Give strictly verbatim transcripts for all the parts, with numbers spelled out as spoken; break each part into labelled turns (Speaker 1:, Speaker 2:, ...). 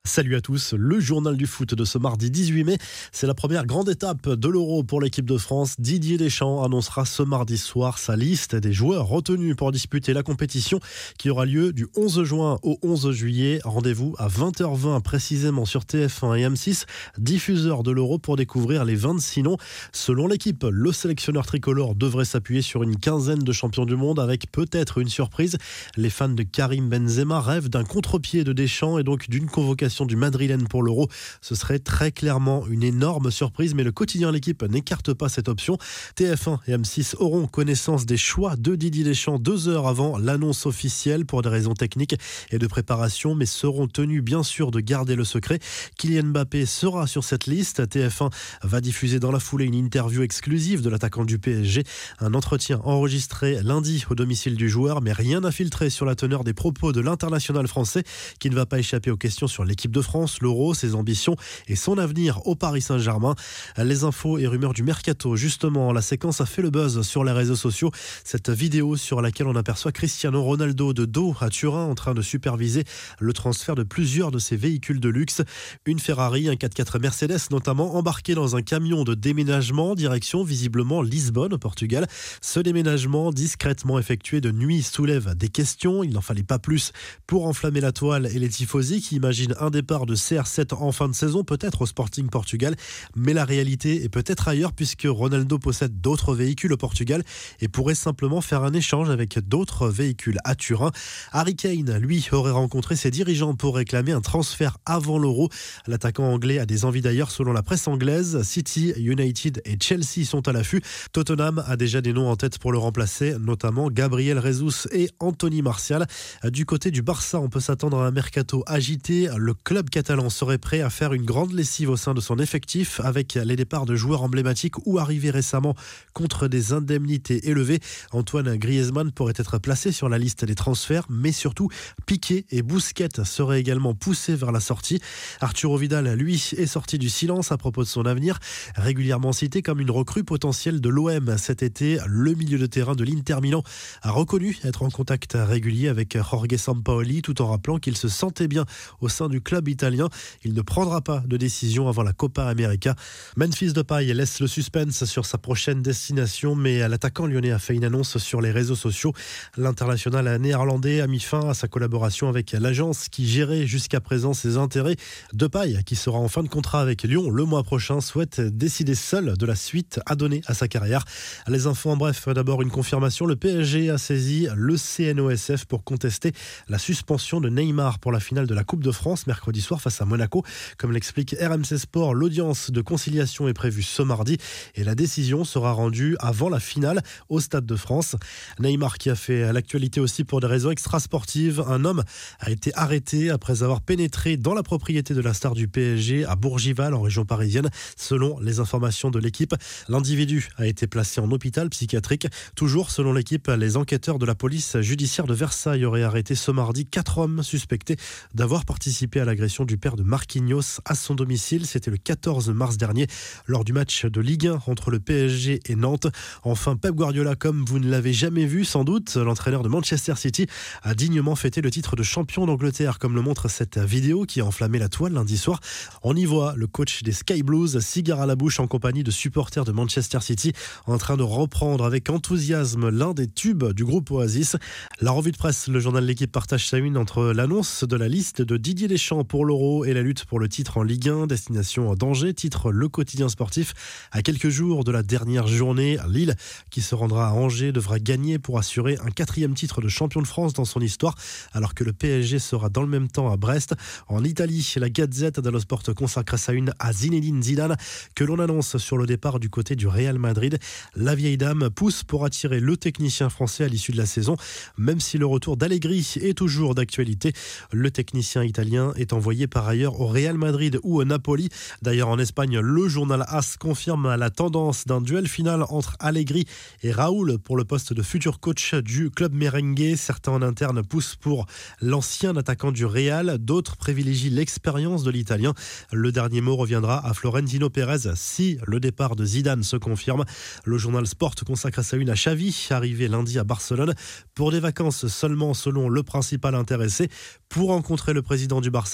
Speaker 1: Salut à tous, le journal du foot de ce mardi dix-huit mai, c'est la première grande étape de l'Euro pour l'équipe de France. Didier Deschamps annoncera ce mardi soir sa liste des joueurs retenus pour disputer la compétition qui aura lieu du onze juin au onze juillet. Rendez-vous à vingt heures vingt précisément sur T F un et M six, diffuseur de l'Euro, pour découvrir les vingt-six noms. Selon l'équipe, le sélectionneur tricolore devrait s'appuyer sur une quinzaine de champions du monde avec peut-être une surprise. Les fans de Karim Benzema rêvent d'un contre-pied de Deschamps et donc d'une convocation du Madrilène pour l'Euro. Ce serait très clairement une énorme surprise, mais le quotidien L'Équipe n'écarte pas cette option. T F un et M six auront connaissance des choix de Didier Deschamps deux heures avant l'annonce officielle pour des raisons techniques et de préparation, mais seront tenus bien sûr de garder le secret. Kylian Mbappé sera sur cette liste. T F un va diffuser dans la foulée une interview exclusive de l'attaquant du P S G. Un entretien enregistré lundi au domicile du joueur, mais rien à filtrer sur la teneur des propos de l'international français qui ne va pas échapper aux questions sur l'équipe de France, l'Euro, ses ambitions et son avenir au Paris Saint-Germain. Les infos et rumeurs du mercato, justement, la séquence a fait le buzz sur les réseaux sociaux. Cette vidéo sur laquelle on aperçoit Cristiano Ronaldo de dos à Turin en train de superviser le transfert de plusieurs de ses véhicules de luxe. Une Ferrari, un quatre-quatre Mercedes notamment, embarqué dans un camion de déménagement, direction visiblement Lisbonne au Portugal. Ce déménagement discrètement effectué de nuit soulève des questions. Il n'en fallait pas plus pour enflammer la toile et les tifosi qui imaginent un départ de C R sept en fin de saison, peut-être au Sporting Portugal, mais la réalité est peut-être ailleurs puisque Ronaldo possède d'autres véhicules au Portugal et pourrait simplement faire un échange avec d'autres véhicules à Turin. Harry Kane, lui, aurait rencontré ses dirigeants pour réclamer un transfert avant l'Euro. L'attaquant anglais a des envies d'ailleurs selon la presse anglaise. City, United et Chelsea sont à l'affût. Tottenham a déjà des noms en tête pour le remplacer, notamment Gabriel Jesus et Anthony Martial. Du côté du Barça, on peut s'attendre à un mercato agité. Le club catalan serait prêt à faire une grande lessive au sein de son effectif avec les départs de joueurs emblématiques ou arrivés récemment contre des indemnités élevées. Antoine Griezmann pourrait être placé sur la liste des transferts, mais surtout Piqué et Busquets seraient également poussés vers la sortie. Arturo Vidal, lui, est sorti du silence à propos de son avenir, régulièrement cité comme une recrue potentielle de l'O M cet été. Le milieu de terrain de l'Inter Milan a reconnu être en contact régulier avec Jorge Sampaoli tout en rappelant qu'il se sentait bien au sein du club italien. Il ne prendra pas de décision avant la Copa América. Memphis Depay laisse le suspense sur sa prochaine destination, mais l'attaquant lyonnais a fait une annonce sur les réseaux sociaux. L'international néerlandais a mis fin à sa collaboration avec l'agence qui gérait jusqu'à présent ses intérêts. Depay, qui sera en fin de contrat avec Lyon le mois prochain, souhaite décider seul de la suite à donner à sa carrière. Les infos en bref, d'abord une confirmation. Le P S G a saisi le C N O S F pour contester la suspension de Neymar pour la finale de la Coupe de France mercredi soir face à Monaco. Comme l'explique R M C Sport, l'audience de conciliation est prévue ce mardi et la décision sera rendue avant la finale au Stade de France. Neymar, qui a fait l'actualité aussi pour des raisons extrasportives, un homme a été arrêté après avoir pénétré dans la propriété de la star du P S G à Bourgival en région parisienne. Selon les informations de l'équipe, l'individu a été placé en hôpital psychiatrique. Toujours selon l'équipe, les enquêteurs de la police judiciaire de Versailles auraient arrêté ce mardi quatre hommes suspectés d'avoir participé à l'agression du père de Marquinhos à son domicile. C'était le quatorze mars dernier lors du match de Ligue un entre le P S G et Nantes. Enfin, Pep Guardiola, comme vous ne l'avez jamais vu sans doute, l'entraîneur de Manchester City a dignement fêté le titre de champion d'Angleterre, comme le montre cette vidéo qui a enflammé la toile lundi soir. On y voit le coach des Sky Blues, cigare à la bouche en compagnie de supporters de Manchester City, en train de reprendre avec enthousiasme l'un des tubes du groupe Oasis. La revue de presse, le journal L'Équipe partage sa une entre l'annonce de la liste de Didier Deschamps pour l'Euro et la lutte pour le titre en Ligue un, destination en danger, titre Le Quotidien Sportif. À quelques jours de la dernière journée, Lille, qui se rendra à Angers, devra gagner pour assurer un quatrième titre de champion de France dans son histoire, alors que le P S G sera dans le même temps à Brest. En Italie, la Gazette dello Sport consacre sa une à Zinedine Zidane, que l'on annonce sur le départ du côté du Real Madrid. La vieille dame pousse pour attirer le technicien français à l'issue de la saison, même si le retour d'Allegri est toujours d'actualité. Le technicien italien est envoyé par ailleurs au Real Madrid ou au Napoli. D'ailleurs, en Espagne, le journal AS confirme la tendance d'un duel final entre Allegri et Raúl pour le poste de futur coach du club merengue. Certains en interne poussent pour l'ancien attaquant du Real, d'autres privilégient l'expérience de l'Italien. Le dernier mot reviendra à Florentino Pérez si le départ de Zidane se confirme. Le journal Sport consacre sa une à Xavi, arrivé lundi à Barcelone pour des vacances seulement selon le principal intéressé. Pour rencontrer le président du Barça,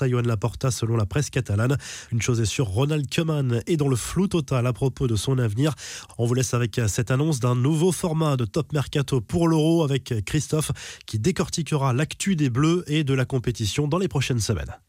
Speaker 1: à Joan Laporta selon la presse catalane. Une chose est sûre, Ronald Koeman est dans le flou total à propos de son avenir. On vous laisse avec cette annonce d'un nouveau format de Top Mercato pour l'Euro avec Christophe qui décortiquera l'actu des Bleus et de la compétition dans les prochaines semaines.